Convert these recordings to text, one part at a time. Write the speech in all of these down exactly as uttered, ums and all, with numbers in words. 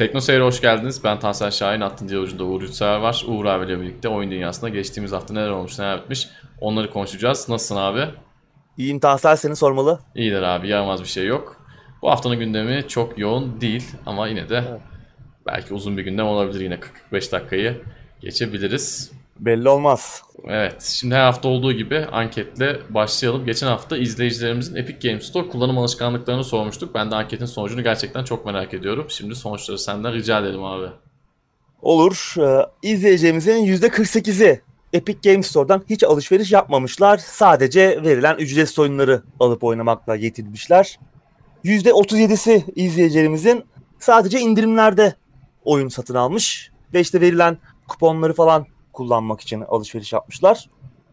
Tekno Seyir'e hoş geldiniz. Ben Tansel Şahin, Attın Diyaloğu'nda Uğur Yurtsever var. Uğur abiyle birlikte oyun dünyasında geçtiğimiz hafta neler olmuş, neler bitmiş onları konuşacağız. Nasılsın abi? İyiyim Tansel, seni sormalı. İyidir abi, yaramaz bir şey yok. Bu haftanın gündemi çok yoğun değil ama yine de Evet. belki uzun bir gündem olabilir, yine kırk kırk beş dakikayı geçebiliriz. Belli olmaz. Evet, şimdi her hafta olduğu gibi anketle başlayalım. Geçen hafta izleyicilerimizin Epic Games Store kullanım alışkanlıklarını sormuştuk. Ben de anketin sonucunu gerçekten çok merak ediyorum. Şimdi sonuçları senden rica edelim abi. Olur. Ee, izleyeceğimizin yüzde kırk sekizi Epic Games Store'dan hiç alışveriş yapmamışlar. Sadece verilen ücretsiz oyunları alıp oynamakla yetinmişler. yüzde otuz yedisi izleyicilerimizin sadece indirimlerde oyun satın almış. Ve işte verilen kuponları falan kullanmak için alışveriş yapmışlar.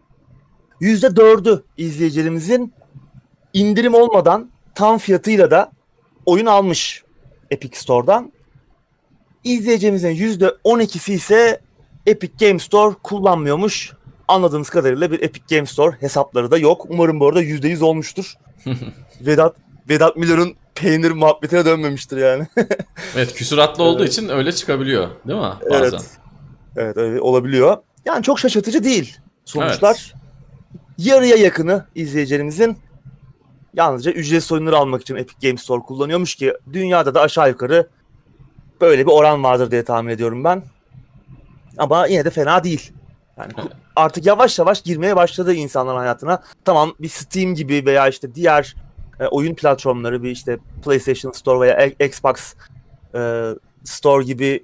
yüzde dördü izleyicilerimizin indirim olmadan tam fiyatıyla da oyun almış Epic Store'dan. İzleyicimizin yüzde on ikisi ise Epic Games Store kullanmıyormuş. Anladığımız kadarıyla bir Epic Games Store hesapları da yok. Umarım bu arada yüzde yüz olmuştur. Vedat Vedat Milor'un peynir muhabbetine dönmemiştir yani. Evet, küsuratlı olduğu Evet. için öyle çıkabiliyor değil mi bazen? Evet. Evet, öyle olabiliyor. Yani çok şaşırtıcı değil Evet. sonuçlar. Yarıya yakını izleyicilerimizin yalnızca ücretsiz oyunları almak için Epic Games Store kullanıyormuş ki dünyada da aşağı yukarı böyle bir oran vardır diye tahmin ediyorum ben. Ama yine de fena değil. Yani artık yavaş yavaş girmeye başladı insanların hayatına. Tamam, bir Steam gibi veya işte diğer e, oyun platformları, bir işte PlayStation Store veya Xbox e, Store gibi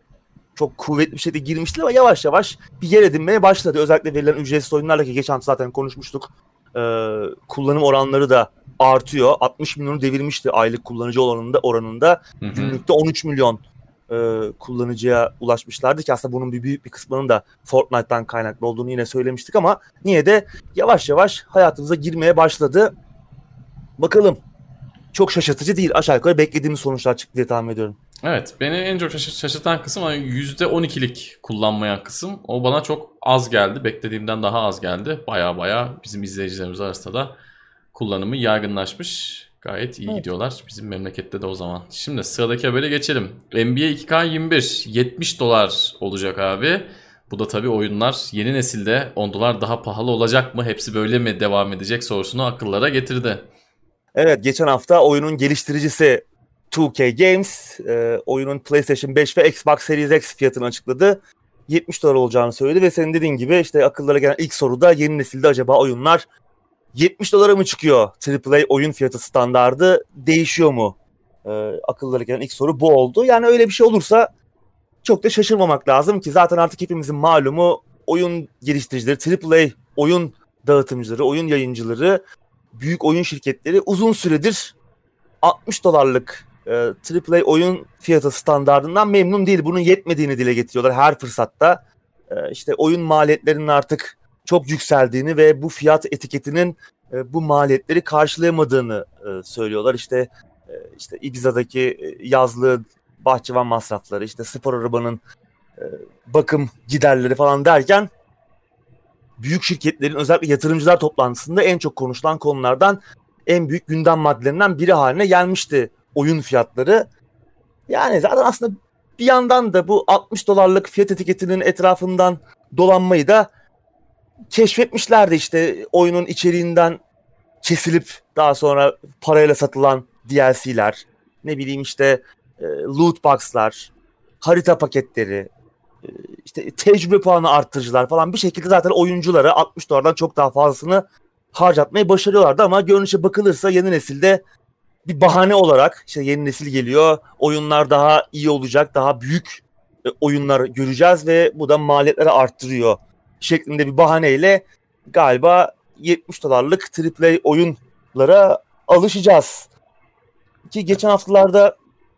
çok kuvvetli bir şekilde girmişti ama yavaş yavaş bir yer edinmeye başladı. Özellikle verilen ücretsiz oyunlarla, ki geçen zaten konuşmuştuk. E, kullanım oranları da artıyor. altmış milyonu devirmişti aylık kullanıcı oranında. oranında. Hı hı. Günlükte on üç milyon e, kullanıcıya ulaşmışlardı ki aslında bunun bir büyük bir kısmının da Fortnite'tan kaynaklı olduğunu yine söylemiştik ama yine de yavaş yavaş hayatımıza girmeye başladı. Bakalım. Çok şaşırtıcı değil. Aşağı yukarı beklediğimiz sonuçlar çıktı diye tahmin ediyorum. Evet, beni en çok şaşırt- şaşırtan kısım hani yüzde on ikilik kullanmayan kısım. O bana çok az geldi. Beklediğimden daha az geldi. Baya baya bizim izleyicilerimiz arasında da kullanımı yaygınlaşmış. Gayet iyi Evet. gidiyorlar. Bizim memlekette de o zaman. Şimdi sıradaki habere geçelim. N B A iki K yirmi bir yetmiş dolar olacak abi. Bu da tabii oyunlar yeni nesilde on dolar daha pahalı olacak mı? Hepsi böyle mi devam edecek sorusunu akıllara getirdi. Evet, geçen hafta oyunun geliştiricisi iki K Games e, oyunun PlayStation beş ve Xbox Series X fiyatını açıkladı. yetmiş dolar olacağını söyledi ve senin dediğin gibi işte akıllara gelen ilk soru da yeni nesilde acaba oyunlar yetmiş dolara mı çıkıyor? A A A oyun fiyatı standardı değişiyor mu? E, akıllara gelen ilk soru bu oldu. Yani öyle bir şey olursa çok da şaşırmamak lazım ki zaten artık hepimizin malumu oyun geliştiricileri, A A A oyun dağıtımcıları, oyun yayıncıları, büyük oyun şirketleri uzun süredir altmış dolarlık e, A A A oyun fiyatı standardından memnun değil. Bunun yetmediğini dile getiriyorlar her fırsatta. E, işte oyun maliyetlerinin artık çok yükseldiğini ve bu fiyat etiketinin e, bu maliyetleri karşılayamadığını e, söylüyorlar. İşte e, işte Ibiza'daki e, yazlığı, bahçıvan masrafları, işte spor arabanın e, bakım giderleri falan derken büyük şirketlerin özellikle yatırımcılar toplantısında en çok konuşulan konulardan, en büyük gündem maddelerinden biri haline gelmişti oyun fiyatları. Yani zaten aslında bir yandan da bu altmış dolarlık fiyat etiketinin etrafından dolanmayı da keşfetmişlerdi, işte oyunun içeriğinden kesilip daha sonra parayla satılan D L C'ler, ne bileyim işte e, loot box'lar, harita paketleri, e, işte tecrübe puanı arttırıcılar falan bir şekilde zaten oyunculara altmış dolardan çok daha fazlasını harcatmayı başarıyorlardı ama görünüşe bakılırsa yeni nesilde bir bahane olarak işte yeni nesil geliyor, oyunlar daha iyi olacak, daha büyük e, oyunlar göreceğiz ve bu da maliyetleri arttırıyor şeklinde bir bahaneyle galiba yetmiş dolarlık A A A oyunlara alışacağız. Ki geçen haftalarda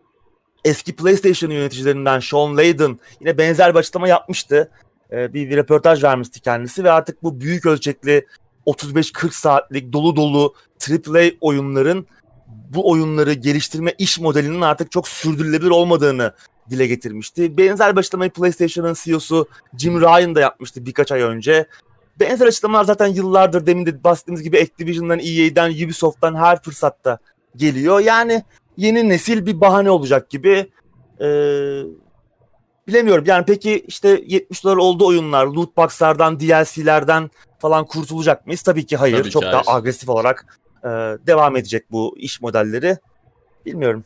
eski PlayStation yöneticilerinden Sean Layden yine benzer bir açıklama yapmıştı. Ee, bir, bir röportaj vermişti kendisi ve artık bu büyük ölçekli otuz beş kırk saatlik dolu dolu A A A oyunların, bu oyunları geliştirme iş modelinin artık çok sürdürülebilir olmadığını dile getirmişti. Benzer bir açıklamayı PlayStation'ın C E O'su Jim Ryan da yapmıştı birkaç ay önce. Benzer açıklamalar zaten yıllardır, demin de bahsettiğimiz gibi Activision'dan, E A'den, Ubisoft'tan her fırsatta geliyor. Yani yeni nesil bir bahane olacak gibi. Ee, bilemiyorum. Yani peki işte yetmiş dolar oldu oyunlar, loot box'lardan, D L C'lerden falan kurtulacak mıyız? Tabii ki hayır. Tabii ki Çok daha hayır. agresif olarak e, devam edecek bu iş modelleri. Bilmiyorum.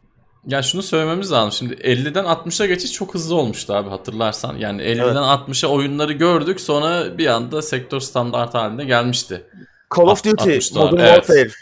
Ya şunu söylememiz lazım. Şimdi elliden altmışa geçiş çok hızlı olmuştu abi, hatırlarsan. Yani Evet. elliden altmışa oyunları gördük, sonra bir anda sektör standart haline gelmişti. Call of Alt- Duty, altmış dolar. Modern Evet. Warfare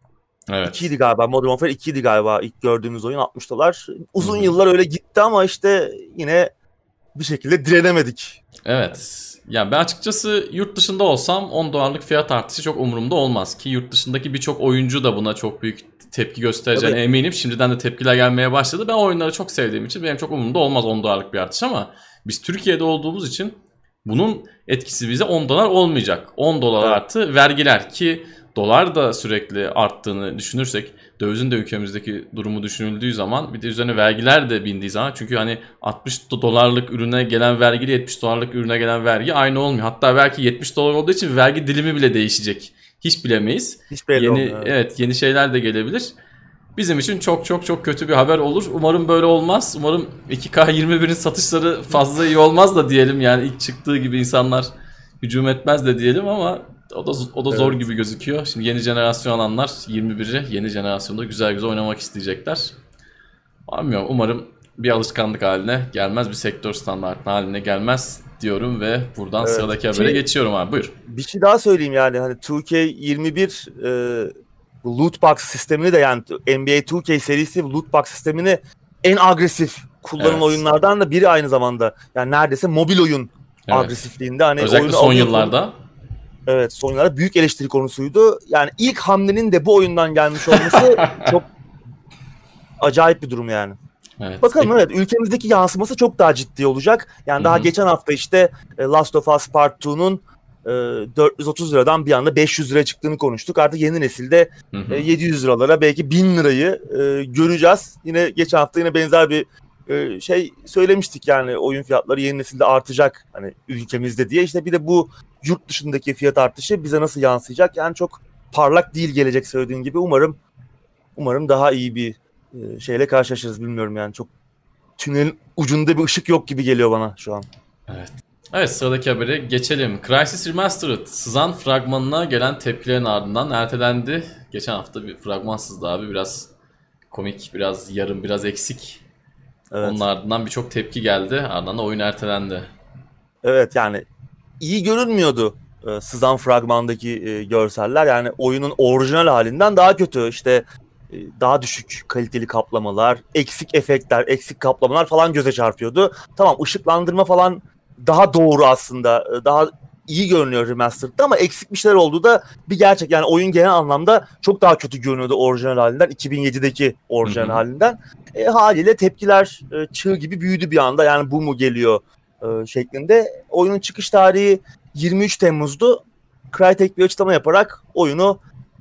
Evet. ikiydi galiba. Modern Warfare ikiydi galiba ilk gördüğümüz oyun altmış dolar. Hı Uzun hı. yıllar öyle gitti ama işte yine bir şekilde direnemedik. Evet. Ya ben açıkçası yurt dışında olsam on dolarlık fiyat artışı çok umurumda olmaz. Ki yurt dışındaki birçok oyuncu da buna çok büyük tepki göstereceğine Tabii. eminim. Şimdiden de tepkiler gelmeye başladı. Ben oyunları çok sevdiğim için benim çok umurumda olmaz on dolarlık bir artış, ama biz Türkiye'de olduğumuz için bunun etkisi bize on dolar olmayacak. on dolar Evet. artı vergiler, ki dolar da sürekli arttığını düşünürsek, dövizin de ülkemizdeki durumu düşünüldüğü zaman, bir de üzerine vergiler de bindiği zaman, çünkü hani altmış dolarlık ürüne gelen vergi ile yetmiş dolarlık ürüne gelen vergi aynı olmuyor. Hatta belki yetmiş dolar olduğu için vergi dilimi bile değişecek. Hiç bilemeyiz. Hiç belli Yeni olmuyor. Evet. evet yeni şeyler de gelebilir. Bizim için çok çok çok kötü bir haber olur. Umarım böyle olmaz. Umarım iki K yirmi birin satışları fazla iyi olmaz da diyelim. Yani ilk çıktığı gibi insanlar hücum etmez de diyelim, ama o da o da zor Evet. gibi gözüküyor. Şimdi yeni jenerasyon alanlar yirmi biri yeni jenerasyonda güzel güzel oynamak isteyecekler. Bilmiyorum, umarım bir alışkanlık haline gelmez, bir sektör standartı haline gelmez diyorum ve buradan Evet. sıradaki habere Ki geçiyorum abi. Buyur. bir şey daha söyleyeyim, yani hani iki K yirmi bir e, bu loot box sistemini de, yani N B A iki K serisi loot box sistemini en agresif kullanan Evet. oyunlardan da biri aynı zamanda. Yani neredeyse mobil oyun Evet. agresifliğinde, hani Özellikle oyunu son alıyorsun. yıllarda. Evet, son yıllarda büyük eleştiri konusuydu. Yani ilk hamlenin de bu oyundan gelmiş olması çok acayip bir durum yani. Evet. Bakalım, evet, ülkemizdeki yansıması çok daha ciddi olacak. Yani Hı daha hı. geçen hafta işte e, Last of Us Part iki'nun e, dört yüz otuz liradan bir anda beş yüz liraya çıktığını konuştuk. Artık yeni nesilde Hı hı. e, yedi yüz liralara, belki bin lirayı e, göreceğiz. Yine geçen hafta yine benzer bir e, şey söylemiştik, yani oyun fiyatları yeni nesilde artacak hani ülkemizde diye. İşte bir de bu yurt dışındaki fiyat artışı bize nasıl yansıyacak? Yani çok parlak değil gelecek, söylediğin gibi. Umarım umarım daha iyi bir e, şeyle karşılaşırız, bilmiyorum yani. Çok tünelin ucunda bir ışık yok gibi geliyor bana şu an. Evet. Evet, sıradaki habere geçelim. Crysis Remastered sızan fragmanına gelen tepkilerin ardından ertelendi. Geçen hafta bir fragman sızdı abi. Biraz komik, biraz yarım, biraz eksik. Evet. Onun ardından birçok tepki geldi. Ardından da oyun ertelendi. Evet, yani iyi görünmüyordu e, sızan fragmandaki e, görseller. Yani oyunun orijinal halinden daha kötü. İşte e, daha düşük kaliteli kaplamalar, eksik efektler, eksik kaplamalar falan göze çarpıyordu. Tamam, ışıklandırma falan daha doğru aslında. E, daha iyi görünüyor remastered'da, ama eksik bir şeyler olduğu da bir gerçek. Yani oyun genel anlamda çok daha kötü görünüyordu orijinal halinden, iki bin yedideki orijinal Hı hı. halinden. E, haliyle tepkiler e, çığ gibi büyüdü bir anda. Yani bu mu geliyor e, şeklinde. Oyunun çıkış tarihi yirmi üç Temmuz'du. Crytek bir açıklama yaparak oyunu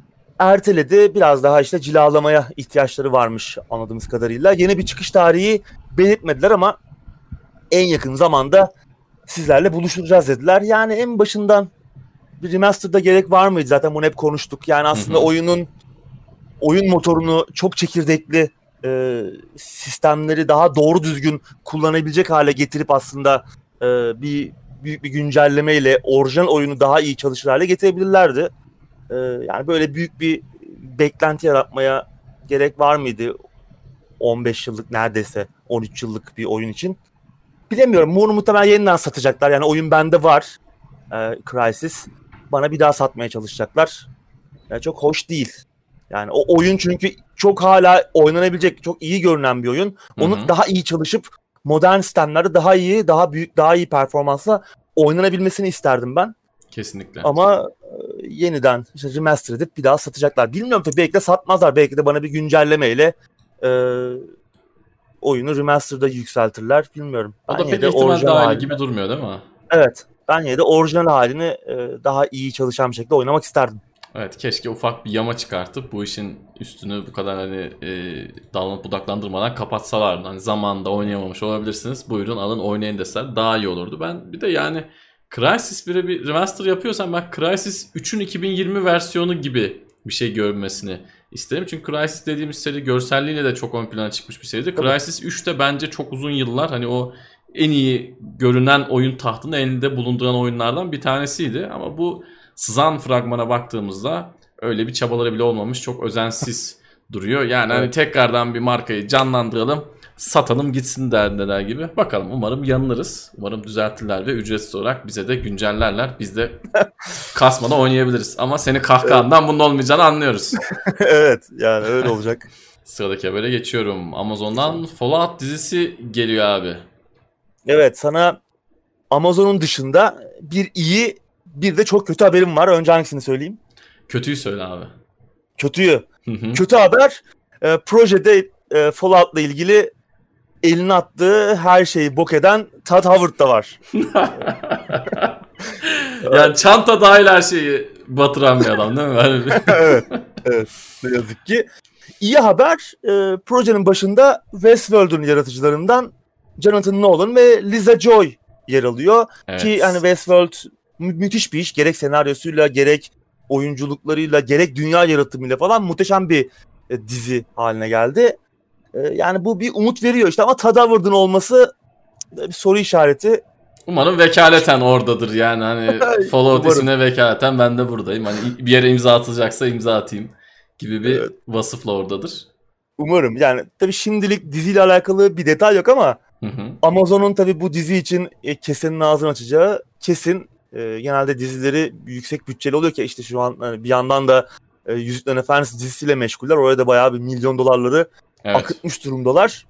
erteledi. Biraz daha işte cilalamaya ihtiyaçları varmış anladığımız kadarıyla. Yeni bir çıkış tarihi belirtmediler ama en yakın zamanda sizlerle buluşturacağız dediler. Yani en başından bir remaster'da gerek var mıydı? Zaten bunu hep konuştuk. Yani aslında Hı hı. oyunun oyun motorunu çok çekirdekli e, sistemleri daha doğru düzgün kullanabilecek hale getirip aslında e, bir büyük bir güncellemeyle orijinal oyunu daha iyi çalışır hale getirebilirlerdi. E, yani böyle büyük bir beklenti yaratmaya gerek var mıydı? on beş yıllık, neredeyse on üç yıllık bir oyun için. Bilemiyorum. Bunu muhtemelen yeniden satacaklar. Yani oyun bende var. E, Crysis. Bana bir daha satmaya çalışacaklar. Yani çok hoş değil. Yani o oyun çünkü çok hala oynanabilecek, çok iyi görünen bir oyun. Onun Hı hı. daha iyi çalışıp modern sistemlerde daha iyi, daha büyük, daha iyi performansla oynanabilmesini isterdim ben. Kesinlikle. Ama e, yeniden işte remaster edip bir daha satacaklar. Bilmiyorum, tabii belki de satmazlar. Belki de bana bir güncellemeyle e, oyunu remaster'da yükseltirler. Bilmiyorum. O Ben da yine pek de ihtimal orijinal dahili halini, gibi durmuyor değil mi? evet, ben yine de orijinal halini e, daha iyi çalışan bir şekilde oynamak isterdim. Evet, keşke ufak bir yama çıkartıp bu işin üstünü bu kadar hani e, dallanıp budaklandırmadan kapatsalardı. Hani zamanında oynayamamış olabilirsiniz. Buyurun alın oynayın deseler daha iyi olurdu. Ben bir de yani Crysis bire bir remaster yapıyorsam ben Crysis üçün iki bin yirmi versiyonu gibi bir şey görmesini isterim. Çünkü Crysis dediğimiz seri görselliğiyle de çok ön plana çıkmış bir seriydi. Tabii. Crysis üç de bence çok uzun yıllar hani o en iyi görünen oyun tahtını elinde bulunduran oyunlardan bir tanesiydi. Ama bu sızan fragmana baktığımızda öyle bir çabaları bile olmamış. Çok özensiz duruyor. Yani hani Evet. tekrardan bir markayı canlandıralım, satalım gitsin derdiler gibi. Bakalım, umarım yanılırız. Umarım düzeltirler ve ücretsiz olarak bize de güncellerler. Biz de kasmadan oynayabiliriz. Ama seni kahkahandan bunun olmayacağını anlıyoruz. Evet, yani öyle olacak. Sıradaki habere geçiyorum. Amazon'dan Fallout dizisi geliyor abi. Evet, sana Amazon'un dışında bir iyi bir de çok kötü haberim var. Önce hangisini söyleyeyim? Kötüyü söyle abi. Kötüyü. Hı hı. Kötü haber, e, projede e, Fallout'la ilgili eline attığı her şeyi bok eden Todd Howard da var. Yani çanta dahil her şeyi batıran bir adam değil mi? Hani- Evet, evet. Ne yazık ki. İyi haber, e, projenin başında Westworld'un yaratıcılarından Jonathan Nolan ve Lisa Joy yer alıyor. Evet. Ki hani Westworld mü- müthiş bir iş. Gerek senaryosuyla, gerek oyunculuklarıyla, gerek dünya yaratımıyla falan muhteşem bir e, dizi haline geldi. E, yani bu bir umut veriyor işte, ama Todd Howard'ın olması e, bir soru işareti. Umarım vekaleten oradadır yani hani Fallout Umarım. ismine vekaleten ben de buradayım. Hani bir yere imza atılacaksa imza atayım gibi bir Evet. vasıfla oradadır. Umarım. Yani tabii şimdilik diziyle alakalı bir detay yok ama Hı hı. Amazon'un tabii bu dizi için e, kesenin ağzını açacağı kesin. E, genelde dizileri yüksek bütçeli oluyor ki işte şu an hani bir yandan da e, Yüzüklerin Efendisi dizisiyle meşguller. Oraya da bayağı bir milyon dolarları Evet. akıtmış durumdalar.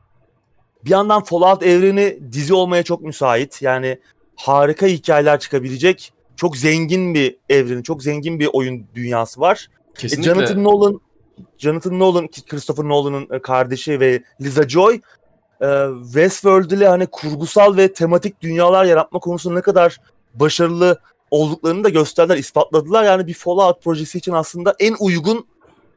Bir yandan Fallout evreni dizi olmaya çok müsait. Yani harika hikayeler çıkabilecek çok zengin bir evreni, çok zengin bir oyun dünyası var. E, Kesinlikle. Jonathan Nolan, Jonathan Nolan, ki Christopher Nolan'ın e, kardeşi ve Lisa Joy, e, Westworld ile hani kurgusal ve tematik dünyalar yaratma konusunda ne kadar başarılı olduklarını da gösterdiler, ispatladılar. Yani bir Fallout projesi için aslında en uygun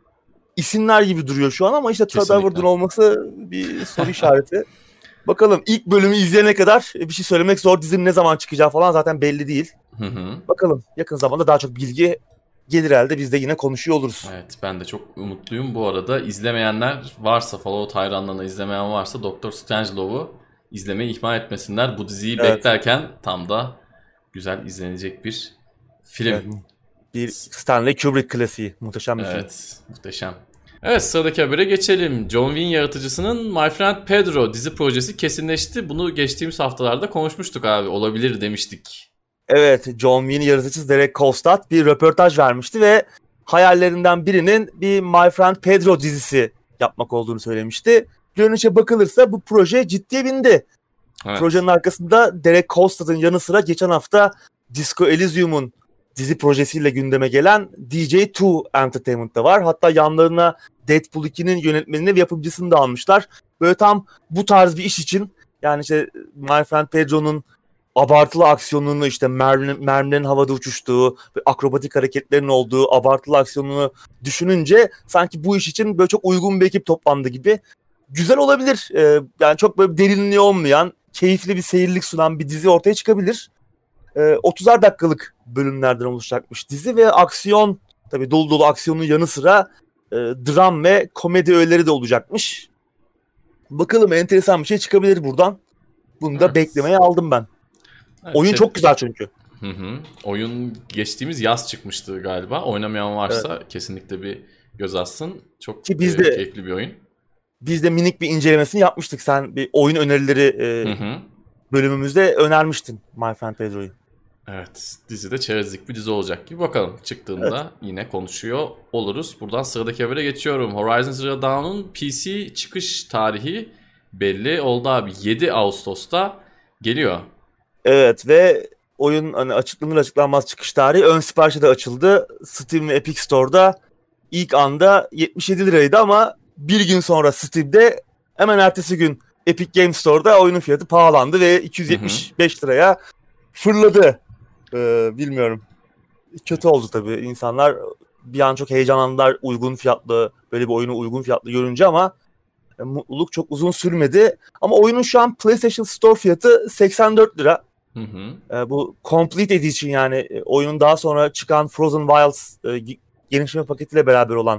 isimler gibi duruyor şu an, ama işte Todd Kesinlikle. Howard'ın olması bir soru işareti. Bakalım, ilk bölümü izleyene kadar bir şey söylemek zor. Dizinin ne zaman çıkacağı falan zaten belli değil. Hı hı. Bakalım, yakın zamanda daha çok bilgi gelir herhalde. Biz de yine konuşuyor oluruz. Evet, ben de çok umutluyum. Bu arada izlemeyenler varsa, Fallout hayranlarına izlemeyen varsa Doktor Strangelove'u izlemeyi ihmal etmesinler. Bu diziyi Evet. beklerken tam da güzel izlenecek bir film. Evet. Bir Stanley Kubrick klasiği. Muhteşem bir film. Evet, muhteşem. Evet, sıradaki habere geçelim. John Wayne yaratıcısının My Friend Pedro dizi projesi kesinleşti. Bunu geçtiğimiz haftalarda konuşmuştuk abi. Olabilir demiştik. Evet, John Wayne yaratıcısı Derek Kolstad bir röportaj vermişti ve hayallerinden birinin bir My Friend Pedro dizisi yapmak olduğunu söylemişti. Görünüşe bakılırsa bu proje ciddiye bindi. Evet. Projenin arkasında Derek Kolstad'ın yanı sıra geçen hafta Disco Elysium'un dizi projesiyle gündeme gelen D J iki Entertainment da var. Hatta yanlarına Deadpool ikinin yönetmenini ve yapımcısını da almışlar. Böyle tam bu tarz bir iş için, yani işte My Friend Pedro'nun abartılı aksiyonunu, işte mermi, mermilerin havada uçuştuğu, akrobatik hareketlerin olduğu abartılı aksiyonunu düşününce sanki bu iş için böyle çok uygun bir ekip toplandı gibi. Güzel olabilir. Ee, yani çok böyle derinliği olmayan, keyifli bir seyirlik sunan bir dizi ortaya çıkabilir. Ee, otuzar dakikalık bölümlerden oluşacakmış dizi ve aksiyon, tabii dolu dolu aksiyonun yanı sıra e, dram ve komedi öğeleri de olacakmış. Bakalım, enteresan bir şey çıkabilir buradan. Bunu da Evet. beklemeye aldım ben. Evet, Oyun şey- çok güzel çünkü. Hı hı. Oyun geçtiğimiz yaz çıkmıştı galiba. Oynamayan varsa kesinlikle bir göz atsın. Çok Ki biz e, de- keyifli bir oyun. Biz de minik bir incelemesini yapmıştık. Sen bir oyun önerileri e, Hı hı. bölümümüzde önermiştin My Friend Pedro'yu. Evet, dizide çerezlik bir dizi olacak gibi. Bakalım, çıktığında yine konuşuyor oluruz. Buradan sıradaki habere geçiyorum. Horizon Zero Dawn'un P C çıkış tarihi belli oldu abi. yedi Ağustos'ta geliyor. Evet, ve oyun hani açıklanır açıklanmaz çıkış tarihi ön siparişe de açıldı. Steam ve Epic Store'da ilk anda yetmiş yedi liraydı, ama bir gün sonra Steam'de, hemen ertesi gün Epic Games Store'da oyunun fiyatı pahalandı ve iki yüz yetmiş beş liraya fırladı. Ee, bilmiyorum. Kötü oldu tabii. İnsanlar bir an çok heyecanlandılar uygun fiyatlı, böyle bir oyunu uygun fiyatlı görünce, ama e, mutluluk çok uzun sürmedi. Ama oyunun şu an PlayStation Store fiyatı seksen dört lira. Hı hı. E, bu Complete Edition, yani e, oyunun daha sonra çıkan Frozen Wilds e, genişleme paketiyle beraber olan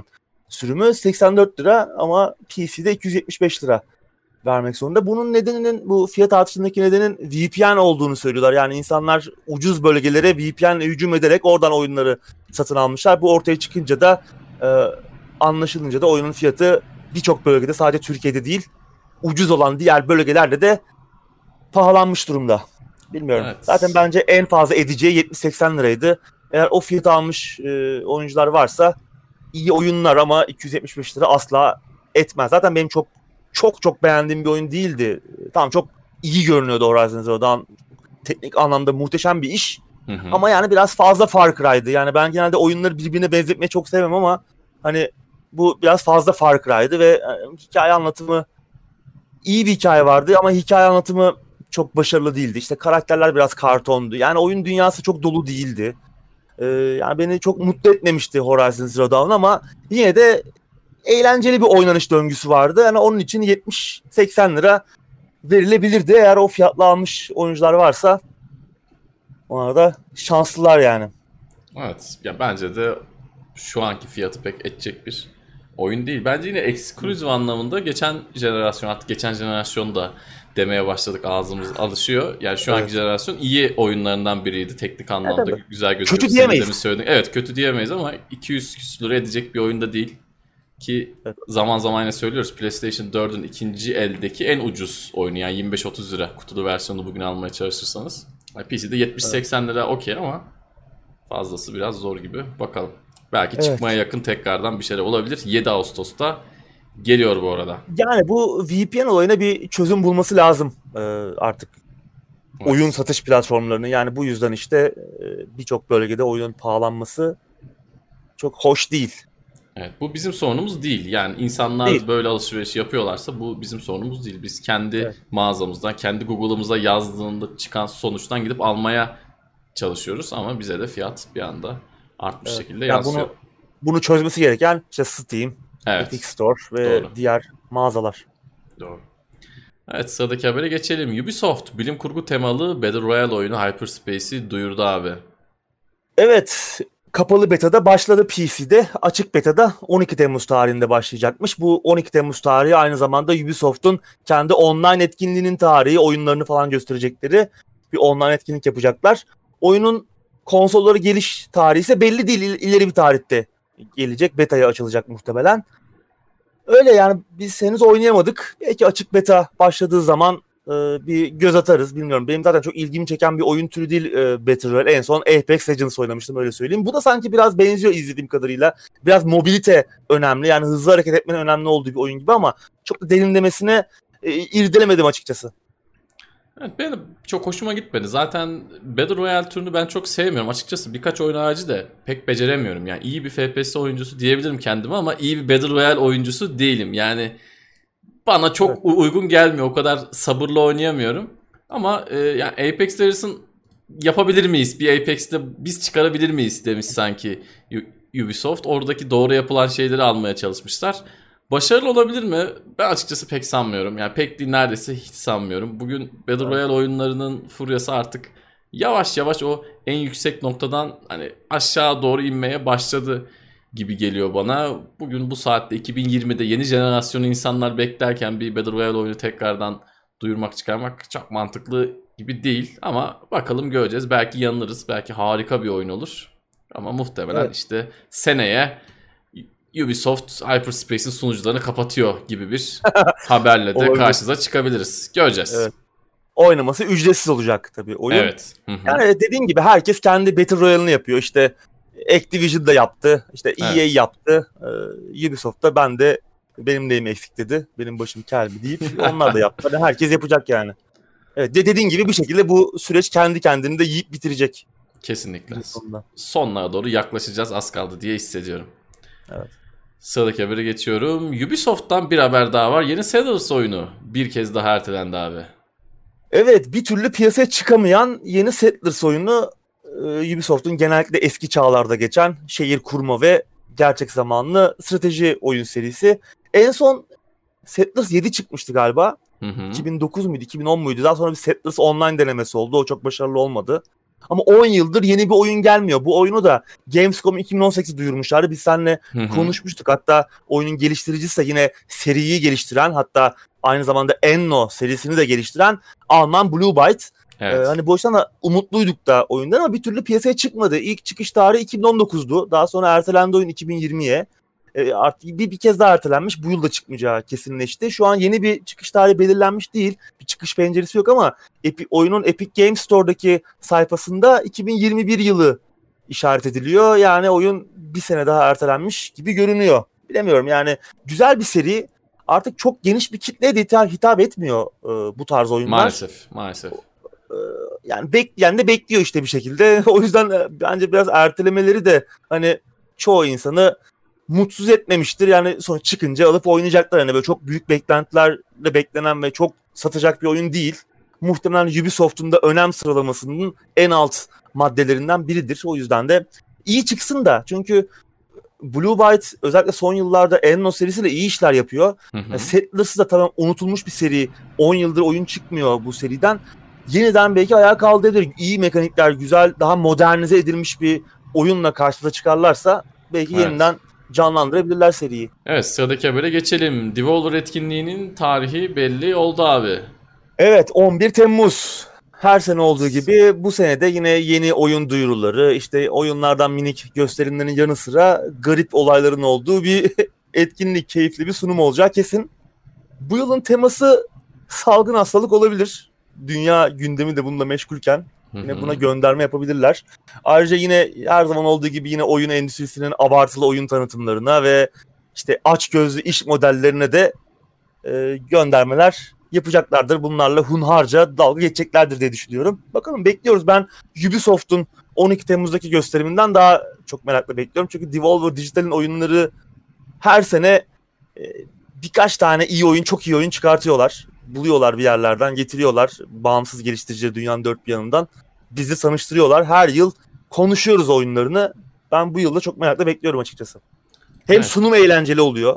sürümü seksen dört lira ama P C'de iki yüz yetmiş beş lira vermek zorunda. Bunun nedeninin, bu fiyat artışındaki nedenin V P N olduğunu söylüyorlar. Yani insanlar ucuz bölgelere V P N'le hücum ederek oradan oyunları satın almışlar. Bu ortaya çıkınca da e, anlaşılınca da oyunun fiyatı birçok bölgede, sadece Türkiye'de değil, ucuz olan diğer bölgelerde de pahalanmış durumda. Bilmiyorum. Evet. Zaten bence en fazla edeceği yetmiş seksen liraydı. Eğer o fiyatı almış e, oyuncular varsa iyi oyunlar, ama iki yüz yetmiş beş lira asla etmez. Zaten benim çok çok çok beğendiğim bir oyun değildi. Tamam, çok iyi görünüyordu Horizon Zero Dawn. Teknik anlamda muhteşem bir iş. Hı hı. Ama yani biraz fazla Far Cry'dı. Yani ben genelde oyunları birbirine benzetmeyi çok sevmem ama hani bu biraz fazla Far Cry'dı ve e, hikaye anlatımı, iyi bir hikaye vardı ama hikaye anlatımı çok başarılı değildi. İşte karakterler biraz kartondu. Yani oyun dünyası çok dolu değildi. Ee, yani beni çok mutlu etmemişti Horizon Zero Dawn ama yine de eğlenceli bir oynanış döngüsü vardı. Yani onun için yetmiş seksen lira verilebilirdi. Eğer o fiyatla almış oyuncular varsa ona da şanslılar yani. Evet. Ya bence de şu anki fiyatı pek edecek bir oyun değil. Bence yine exclusive anlamında geçen jenerasyon, artık geçen jenerasyon da demeye başladık, ağzımız alışıyor. Yani şu anki Evet. jenerasyon iyi oyunlarından biriydi. Teknik anlamda Evet, güzel gözüküyor. kötü diyemeyiz. Demin söyledim. Evet, kötü diyemeyiz ama iki yüz küsur lira edecek bir oyunda değil. Ki Evet. zaman zaman yine söylüyoruz, PlayStation dördün ikinci eldeki en ucuz oyunu, yani yirmi beş otuz lira kutulu versiyonunu bugün almaya çalışırsanız. P C'de yetmiş seksen lira okey ama fazlası biraz zor gibi. Bakalım. Belki Evet. çıkmaya yakın tekrardan bir şeyler olabilir. yedi Ağustos'ta geliyor bu arada. Yani bu V P N olayına bir çözüm bulması lazım ee, artık. Evet. Oyun satış platformlarını. Yani bu yüzden işte e, birçok bölgede oyunun pahalanması çok hoş değil. Evet, bu bizim sorunumuz değil. Yani insanlar Değil. böyle alışveriş yapıyorlarsa bu bizim sorunumuz değil. Biz kendi Evet. mağazamızdan, kendi Google'ımıza yazdığında çıkan sonuçtan gidip almaya çalışıyoruz ama bize de fiyat bir anda artmış Evet. şekilde Yani yansıyor. bunu bunu çözmesi gereken işte Steam, Evet. Epic Store ve Doğru. diğer mağazalar. Doğru. Evet, sıradaki habere geçelim. Ubisoft bilim kurgu temalı Battle Royale oyunu Hyperspace'i duyurdu abi. Evet, kapalı beta'da başladı P C'de, açık beta'da on iki Temmuz tarihinde başlayacakmış. Bu on iki Temmuz tarihi aynı zamanda Ubisoft'un kendi online etkinliğinin tarihi, oyunlarını falan gösterecekleri bir online etkinlik yapacaklar. Oyunun konsolları geliş tarihi ise belli değil, İl- ileri bir tarihte gelecek, beta'ya açılacak muhtemelen. Öyle yani, biz henüz oynayamadık. Belki açık beta başladığı zaman e, bir göz atarız, bilmiyorum. Benim zaten çok ilgimi çeken bir oyun türü değil e, Battle Royale. En son Apex Legends oynamıştım, öyle söyleyeyim. Bu da sanki biraz benziyor izlediğim kadarıyla. Biraz mobilite önemli, yani hızlı hareket etmenin önemli olduğu bir oyun gibi ama çok da derinlemesine e, irdelemedim açıkçası. Evet, benim çok hoşuma gitmedi. Zaten Battle Royale türünü ben çok sevmiyorum. Açıkçası birkaç oyun harici de pek beceremiyorum. Yani iyi bir F P S oyuncusu diyebilirim kendime ama iyi bir Battle Royale oyuncusu değilim. Yani bana çok Evet. uygun gelmiyor. O kadar sabırlı oynayamıyorum. Ama e, yani Apex Legends'ın yapabilir miyiz? Bir Apex'te biz çıkarabilir miyiz demiş sanki Ubisoft. Oradaki doğru yapılan şeyleri almaya çalışmışlar. Başarılı olabilir mi? Ben açıkçası pek sanmıyorum. Yani pek değil, neredeyse hiç sanmıyorum. Bugün Battle Royale oyunlarının furyası artık yavaş yavaş o en yüksek noktadan hani aşağı doğru inmeye başladı gibi geliyor bana. Bugün bu saatte iki bin yirmide yeni jenerasyonu insanlar beklerken bir Battle Royale oyunu tekrardan duyurmak, çıkarmak çok mantıklı gibi değil. Ama bakalım, göreceğiz. Belki yanılırız. Belki harika bir oyun olur. Ama muhtemelen Evet. işte seneye Ubisoft Hyperspace'in sunucularını kapatıyor gibi bir haberle de Olabilir. karşınıza çıkabiliriz. Göreceğiz. Evet. Oynaması ücretsiz olacak tabii oyun. Evet. Hı hı. Yani dediğin gibi herkes kendi Battle Royale'ını yapıyor. İşte Activision da yaptı, işte E A Evet. yaptı, ee, Ubisoft da ben de benim neyim eksik dedi, benim başım kel mi deyip onlar da yaptı. Yani herkes yapacak yani. Evet, de dediğin gibi bir şekilde bu süreç kendi kendini de yiyip bitirecek. Kesinlikle. günün sonunda. Sonlara doğru yaklaşacağız, az kaldı diye hissediyorum. Evet. Sıradaki habere geçiyorum. Ubisoft'tan bir haber daha var. Yeni Settlers oyunu bir kez daha ertelendi abi. Evet, bir türlü piyasaya çıkamayan yeni Settlers oyunu, e, Ubisoft'un genellikle eski çağlarda geçen şehir kurma ve gerçek zamanlı strateji oyun serisi. En son Settlers yedi çıkmıştı galiba. Hı hı. iki bin dokuz muydu, iki bin on muydu? Daha sonra bir Settlers Online denemesi oldu. O çok başarılı olmadı. Ama on yıldır yeni bir oyun gelmiyor. Bu oyunu da Gamescom iki bin on sekiz duyurmuşlardı. Biz seninle hı hı. konuşmuştuk. Hatta oyunun geliştiricisi de yine seriyi geliştiren, hatta aynı zamanda Enno serisini de geliştiren Alman Blue Byte. Evet. Ee, hani bu yüzden de umutluyduk da oyundan ama bir türlü piyasaya çıkmadı. İlk çıkış tarihi iki bin on dokuzdu. Daha sonra ertelendi oyun iki bin yirmiye. Ee, artık bir, bir kez daha ertelenmiş. Bu yıl da çıkmayacağı kesinleşti. Şu an yeni bir çıkış tarihi belirlenmiş değil. Bir çıkış penceresi yok ama Epi, oyunun Epic Games Store'daki sayfasında iki bin yirmi bir yılı işaret ediliyor. Yani oyun bir sene daha ertelenmiş gibi görünüyor. Bilemiyorum yani, güzel bir seri. Artık çok geniş bir kitleye de hitap etmiyor e, bu tarz oyunlar. Maalesef, maalesef. Yani bekleyen de bekliyor işte bir şekilde. O yüzden bence biraz ertelemeleri de hani çoğu insanı mutsuz etmemiştir. Yani sonra çıkınca alıp oynayacaklar. Yani böyle çok büyük beklentilerle beklenen ve çok satacak bir oyun değil. Muhtemelen Ubisoft'un da önem sıralamasının en alt maddelerinden biridir. O yüzden de iyi çıksın da. Çünkü Blue Byte özellikle son yıllarda Enno serisiyle iyi işler yapıyor. Hı hı. Settlers'ı da tamam unutulmuş bir seri. on yıldır oyun çıkmıyor bu seriden. Yeniden belki ayağa kaldırabilir. İyi mekanikler, güzel, daha modernize edilmiş bir oyunla karşımıza çıkarlarsa belki evet. yeniden canlandırabilirler seriyi. Evet, sıradaki habere geçelim. Devolver etkinliğinin tarihi belli oldu abi. Evet, on bir Temmuz. Her sene olduğu gibi bu sene de yine yeni oyun duyuruları, işte oyunlardan minik gösterimlerin yanı sıra garip olayların olduğu bir etkinlik, keyifli bir sunum olacağı kesin. Bu yılın teması salgın hastalık olabilir. Dünya gündemi de bununla meşgulken yine buna gönderme yapabilirler. Ayrıca yine her zaman olduğu gibi yine oyun endüstrisinin abartılı oyun tanıtımlarına ve işte açgözlü iş modellerine de e, göndermeler yapacaklardır. Bunlarla hunharca dalga geçeceklerdir diye düşünüyorum. Bakalım, bekliyoruz. Ben Ubisoft'un on iki Temmuz'daki gösteriminden daha çok merakla bekliyorum. Çünkü Devolver Digital'in oyunları her sene e, birkaç tane iyi oyun, çok iyi oyun çıkartıyorlar. Buluyorlar bir yerlerden, getiriyorlar. Bağımsız geliştiricileri dünyanın dört bir yanından. Bizi tanıştırıyorlar. Her yıl konuşuyoruz oyunlarını. Ben bu yılda çok merakla bekliyorum açıkçası. Hem evet. sunum eğlenceli oluyor.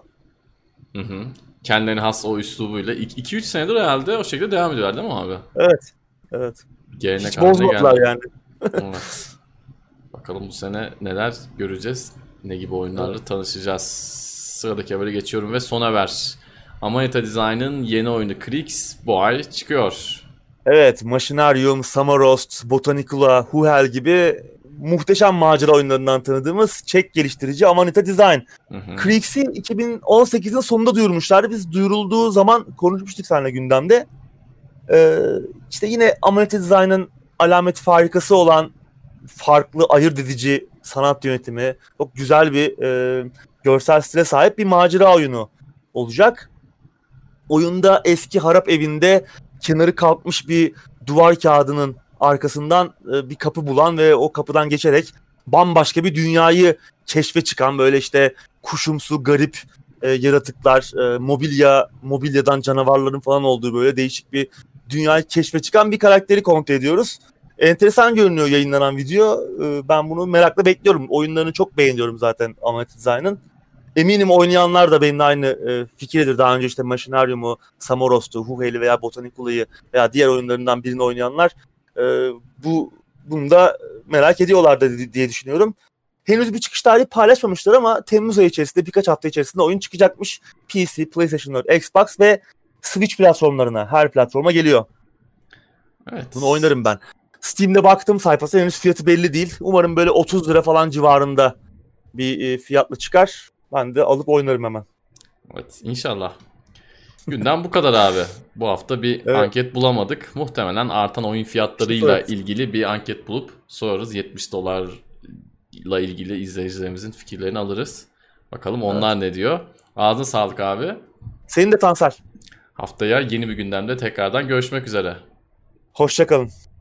Hı hı. Kendilerine has o üslubuyla. iki üç senedir herhalde o şekilde devam ediyorlar değil mi abi? Evet. Evet. Gelene Hiç bozmadılar yani. Evet. Bakalım bu sene neler göreceğiz. Ne gibi oyunlarla evet. tanışacağız. Sıradaki habere geçiyorum ve son haber. Amanita Design'ın yeni oyunu Krix bu ay çıkıyor. Evet, Machinarium, Samarost, Botanicula, Huhel gibi muhteşem macera oyunlarından tanıdığımız Çek geliştirici Amanita Design. Krix'i iki bin on sekizin sonunda duyurmuşlardı. Biz duyurulduğu zaman konuşmuştuk seninle gündemde. Ee, işte yine Amanita Design'ın alameti farikası olan farklı, ayırt edici sanat yönetimi, çok güzel bir e, görsel stile sahip bir macera oyunu olacak. Oyunda eski harap evinde kenarı kalkmış bir duvar kağıdının arkasından e, bir kapı bulan ve o kapıdan geçerek bambaşka bir dünyayı keşfe çıkan böyle işte kuşumsu garip e, yaratıklar, e, mobilya, mobilyadan canavarların falan olduğu böyle değişik bir dünyayı keşfe çıkan bir karakteri kontrol ediyoruz. Enteresan görünüyor yayınlanan video. E, ben bunu merakla bekliyorum. Oyunlarını çok beğeniyorum zaten Amanita Design'ın. Eminim oynayanlar da benimle aynı e, fikirdedir. Daha önce işte Machinarium'u, Samorost'u, Huhel'i veya Botanicula'yı veya diğer oyunlarından birini oynayanlar e, bu bunu da merak ediyorlardı diye düşünüyorum. Henüz bir çıkış tarihi paylaşmamışlar ama Temmuz ayı içerisinde, birkaç hafta içerisinde oyun çıkacakmış. P C, PlayStation dört, Xbox ve Switch platformlarına, her platforma geliyor. Evet. Bunu oynarım ben. Steam'de baktım sayfası, henüz fiyatı belli değil. Umarım böyle otuz lira falan civarında bir e, fiyatla çıkar. Ben de alıp oynarım hemen. Evet, inşallah. Günden bu kadar abi. Bu hafta bir evet. anket bulamadık. Muhtemelen artan oyun fiyatlarıyla evet. ilgili bir anket bulup sorarız. yetmiş dolarla ilgili izleyicilerimizin fikirlerini alırız. Bakalım onlar evet. ne diyor. Ağzına sağlık abi. Senin de Tansel. Haftaya yeni bir gündemde tekrardan görüşmek üzere. Hoşça kalın.